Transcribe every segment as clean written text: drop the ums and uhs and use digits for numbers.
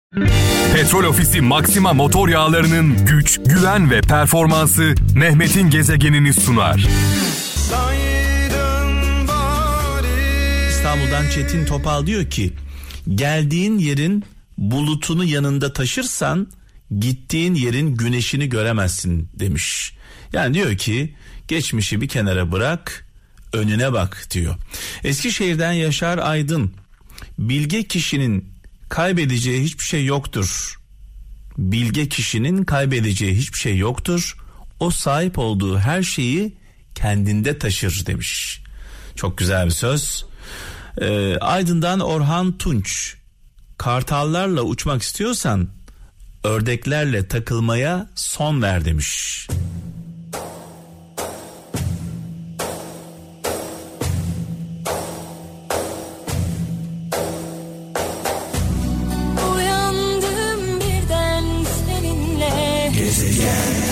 Petrol Ofisi Maxima motor yağlarının güç, güven ve performansı Mehmet'in gezegenini sunar. İstanbul'dan Çetin Topal diyor ki, geldiğin yerin bulutunu yanında taşırsan gittiğin yerin güneşini göremezsin demiş. Yani diyor ki geçmişi bir kenara bırak, önüne bak diyor. Eskişehir'den Yaşar Aydın, bilge kişinin kaybedeceği hiçbir şey yoktur. Bilge kişinin kaybedeceği hiçbir şey yoktur. O sahip olduğu her şeyi kendinde taşır demiş. Çok güzel bir söz. Aydın'dan Orhan Tunç, kartallarla uçmak istiyorsan ördeklerle takılmaya son ver demiş. Uyandım birden seninle. Gezegen.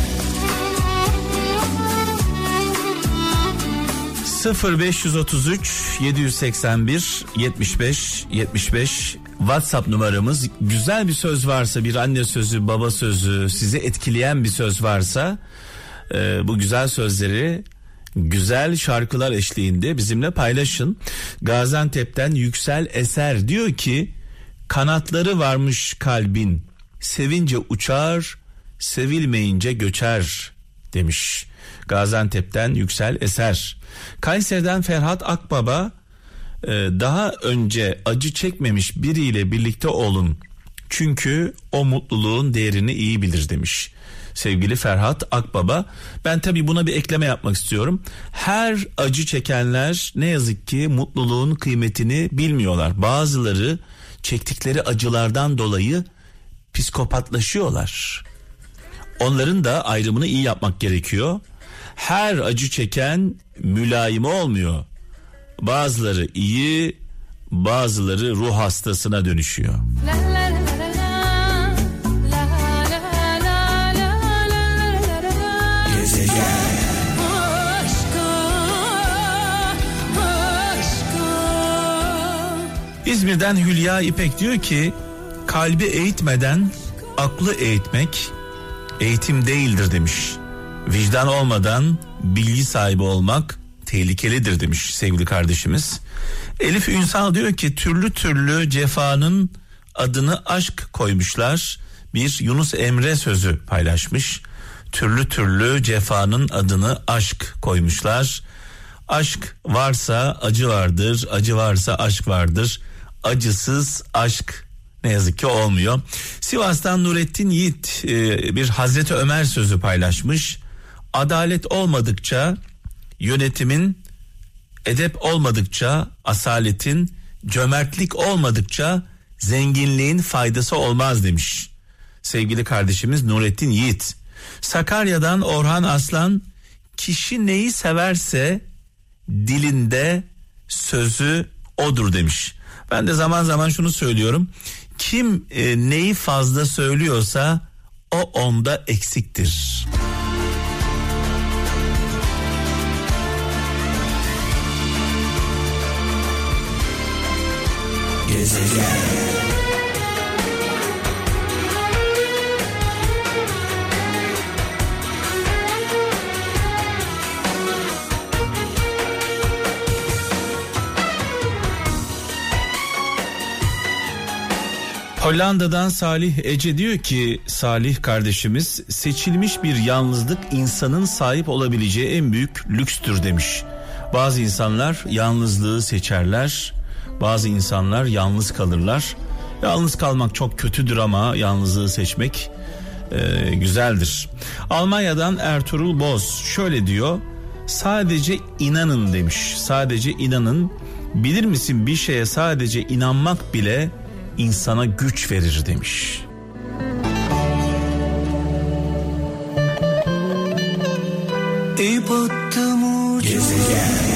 0533 781 75 75 WhatsApp numaramız. Güzel bir söz varsa, bir anne sözü, baba sözü, sizi etkileyen bir söz varsa bu güzel sözleri güzel şarkılar eşliğinde bizimle paylaşın. Gaziantep'ten Yüksel Eser diyor ki, kanatları varmış kalbin, sevince uçar, sevilmeyince göçer demiş. Gaziantep'ten Yüksel Eser. Kayseri'den Ferhat Akbaba, daha önce acı çekmemiş biriyle birlikte olun, çünkü o mutluluğun değerini iyi bilir demiş. Sevgili Ferhat Akbaba, ben tabii buna bir ekleme yapmak istiyorum. Her acı çekenler ne yazık ki mutluluğun kıymetini bilmiyorlar. Bazıları çektikleri acılardan dolayı psikopatlaşıyorlar. Onların da ayrımını iyi yapmak gerekiyor. Her acı çeken mülayim olmuyor. Bazıları iyi, bazıları ruh hastasına dönüşüyor. İzmir'den Hülya İpek diyor ki, kalbi eğitmeden aklı eğitmek eğitim değildir demiş. Vicdan olmadan bilgi sahibi olmak tehlikelidir demiş sevgili kardeşimiz. Elif Ünsal diyor ki, türlü türlü cefanın adını aşk koymuşlar. Bir Yunus Emre sözü paylaşmış. Türlü türlü cefanın adını aşk koymuşlar. Aşk varsa acı vardır, acı varsa aşk vardır. Acısız aşk ne yazık ki olmuyor. Sivas'tan Nurettin Yiğit bir Hazreti Ömer sözü paylaşmış. Adalet olmadıkça yönetimin, edep olmadıkça asaletin, cömertlik olmadıkça zenginliğin faydası olmaz demiş sevgili kardeşimiz Nurettin Yiğit. Sakarya'dan Orhan Aslan, kişi neyi severse dilinde sözü odur demiş. Ben de zaman zaman şunu söylüyorum, kim neyi fazla söylüyorsa o onda eksiktir. Gezegen. Hollanda'dan Salih Ece diyor ki, Salih kardeşimiz, seçilmiş bir yalnızlık insanın sahip olabileceği en büyük lükstür demiş. Bazı insanlar yalnızlığı seçerler, bazı insanlar yalnız kalırlar. Yalnız kalmak çok kötüdür ama yalnızlığı seçmek güzeldir. Almanya'dan Ertuğrul Boz şöyle diyor, sadece inanın demiş. Sadece inanın. Bilir misin, bir şeye sadece inanmak bile insana güç verir demiş. Gezegen.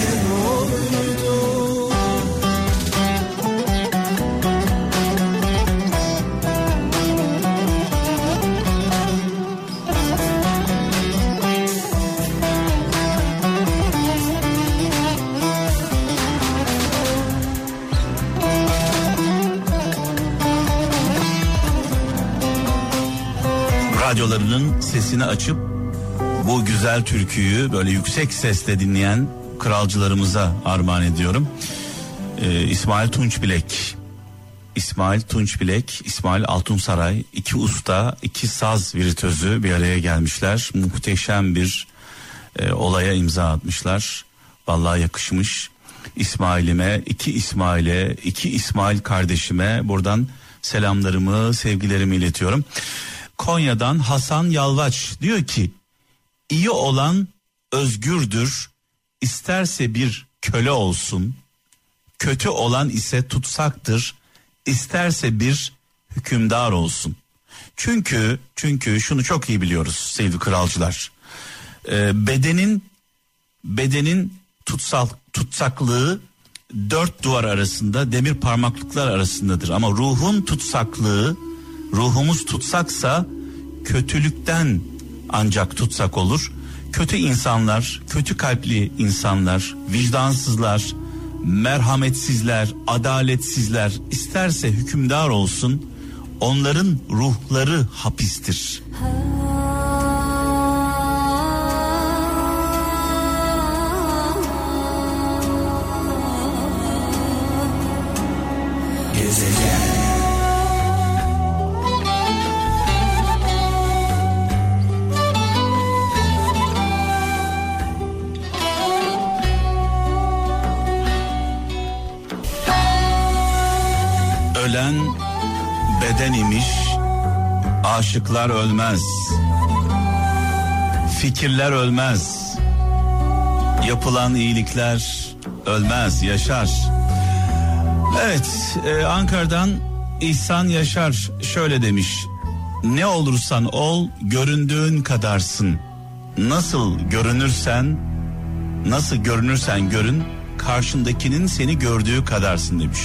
radyolarının sesini açıp bu güzel türküyü böyle yüksek sesle dinleyen kralcılarımıza armağan ediyorum. İsmail Tunçbilek, İsmail Altunsaray, iki usta, iki saz virtüözü bir araya gelmişler. Muhteşem bir olaya imza atmışlar. Vallahi yakışmış. İsmail'ime, iki İsmail kardeşime buradan selamlarımı, sevgilerimi iletiyorum. Konya'dan Hasan Yalvaç diyor ki, iyi olan özgürdür, isterse bir köle olsun. Kötü olan ise tutsaktır, isterse bir hükümdar olsun. Çünkü şunu çok iyi biliyoruz sevgili kralcılar. Bedenin tutsaklığı dört duvar arasında, demir parmaklıklar arasındadır. Ama ruhun tutsaklığı, ruhumuz tutsaksa kötülükten ancak tutsak olur. Kötü insanlar, kötü kalpli insanlar, vicdansızlar, merhametsizler, adaletsizler isterse hükümdar olsun, onların ruhları hapistir. Ölen beden imiş, aşıklar ölmez, fikirler ölmez, yapılan iyilikler ölmez, yaşar. Evet, Ankara'dan İhsan Yaşar şöyle demiş: ne olursan ol, göründüğün kadarsın. Nasıl görünürsen görün, karşındakinin seni gördüğü kadarsın demiş.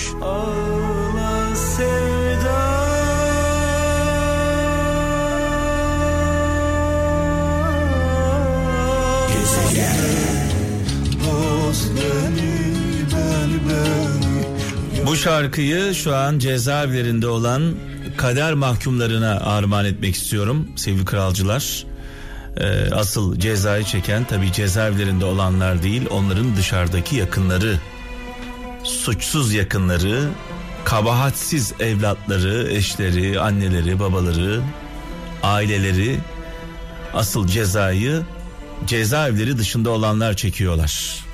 Bu şarkıyı şu an cezaevlerinde olan kader mahkumlarına armağan etmek istiyorum sevgili kralcılar. Asıl cezayı çeken tabii cezaevlerinde olanlar değil, onların dışarıdaki yakınları, suçsuz yakınları, kabahatsiz evlatları, eşleri, anneleri, babaları, aileleri. Asıl cezayı cezaevleri dışında olanlar çekiyorlar.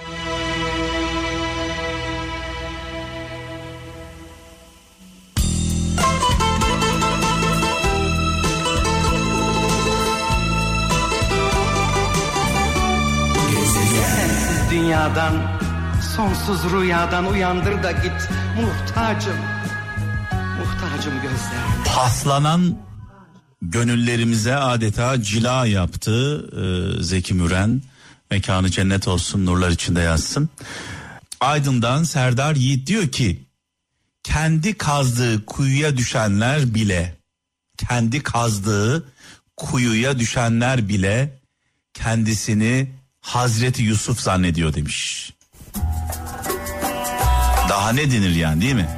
Dünyadan, sonsuz rüyadan uyandır da git. Muhtacım gözlerine. Paslanan gönüllerimize adeta cila yaptı Zeki Müren. Mekanı cennet olsun, nurlar içinde yatsın. Aydın'dan Serdar Yiğit diyor ki, kendi kazdığı kuyuya düşenler bile kendisini Hazreti Yusuf zannediyor demiş. Daha ne denir yani, değil mi?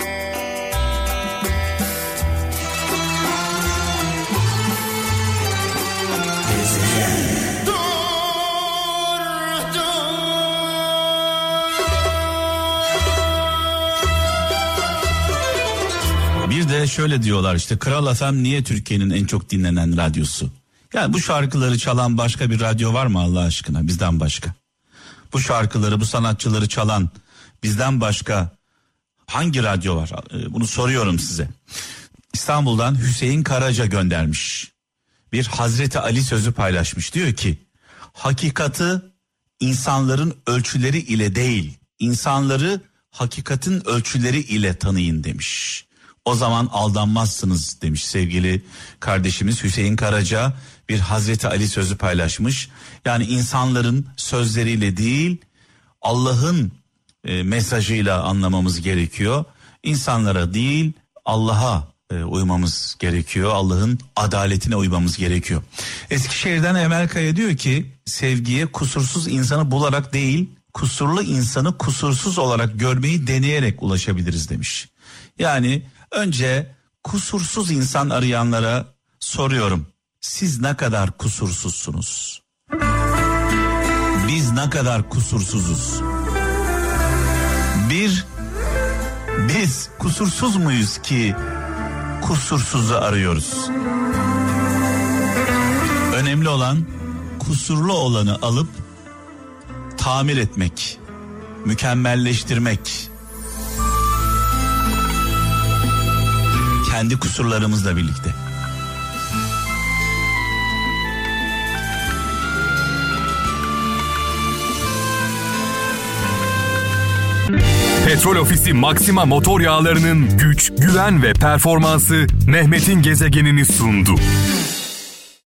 Bir de şöyle diyorlar işte, Kral FM niye Türkiye'nin en çok dinlenen radyosu? Yani bu şarkıları çalan başka bir radyo var mı Allah aşkına, bizden başka? Bu şarkıları, bu sanatçıları çalan bizden başka hangi radyo var? Bunu soruyorum size. İstanbul'dan Hüseyin Karaca göndermiş. Bir Hazreti Ali sözü paylaşmış. Diyor ki, hakikati insanların ölçüleri ile değil, insanları hakikatin ölçüleri ile tanıyın demiş. O zaman aldanmazsınız demiş sevgili kardeşimiz Hüseyin Karaca. Bir Hazreti Ali sözü paylaşmış. Yani insanların sözleriyle değil, Allah'ın mesajıyla anlamamız gerekiyor. İnsanlara değil, Allah'a uymamız gerekiyor. Allah'ın adaletine uymamız gerekiyor. Eskişehir'den Emel Kaya diyor ki, sevgiye kusursuz insanı bularak değil, kusurlu insanı kusursuz olarak görmeyi deneyerek ulaşabiliriz demiş. Yani önce kusursuz insan arayanlara soruyorum. Siz ne kadar kusursuzsunuz? Biz ne kadar kusursuzuz? Biz kusursuz muyuz ki kusursuzu arıyoruz? Önemli olan kusurlu olanı alıp tamir etmek, mükemmelleştirmek. Kendi kusurlarımızla birlikte. Petrol Ofisi Maxima motor yağlarının güç, güven ve performansı Mehmet'in gezegenini sundu.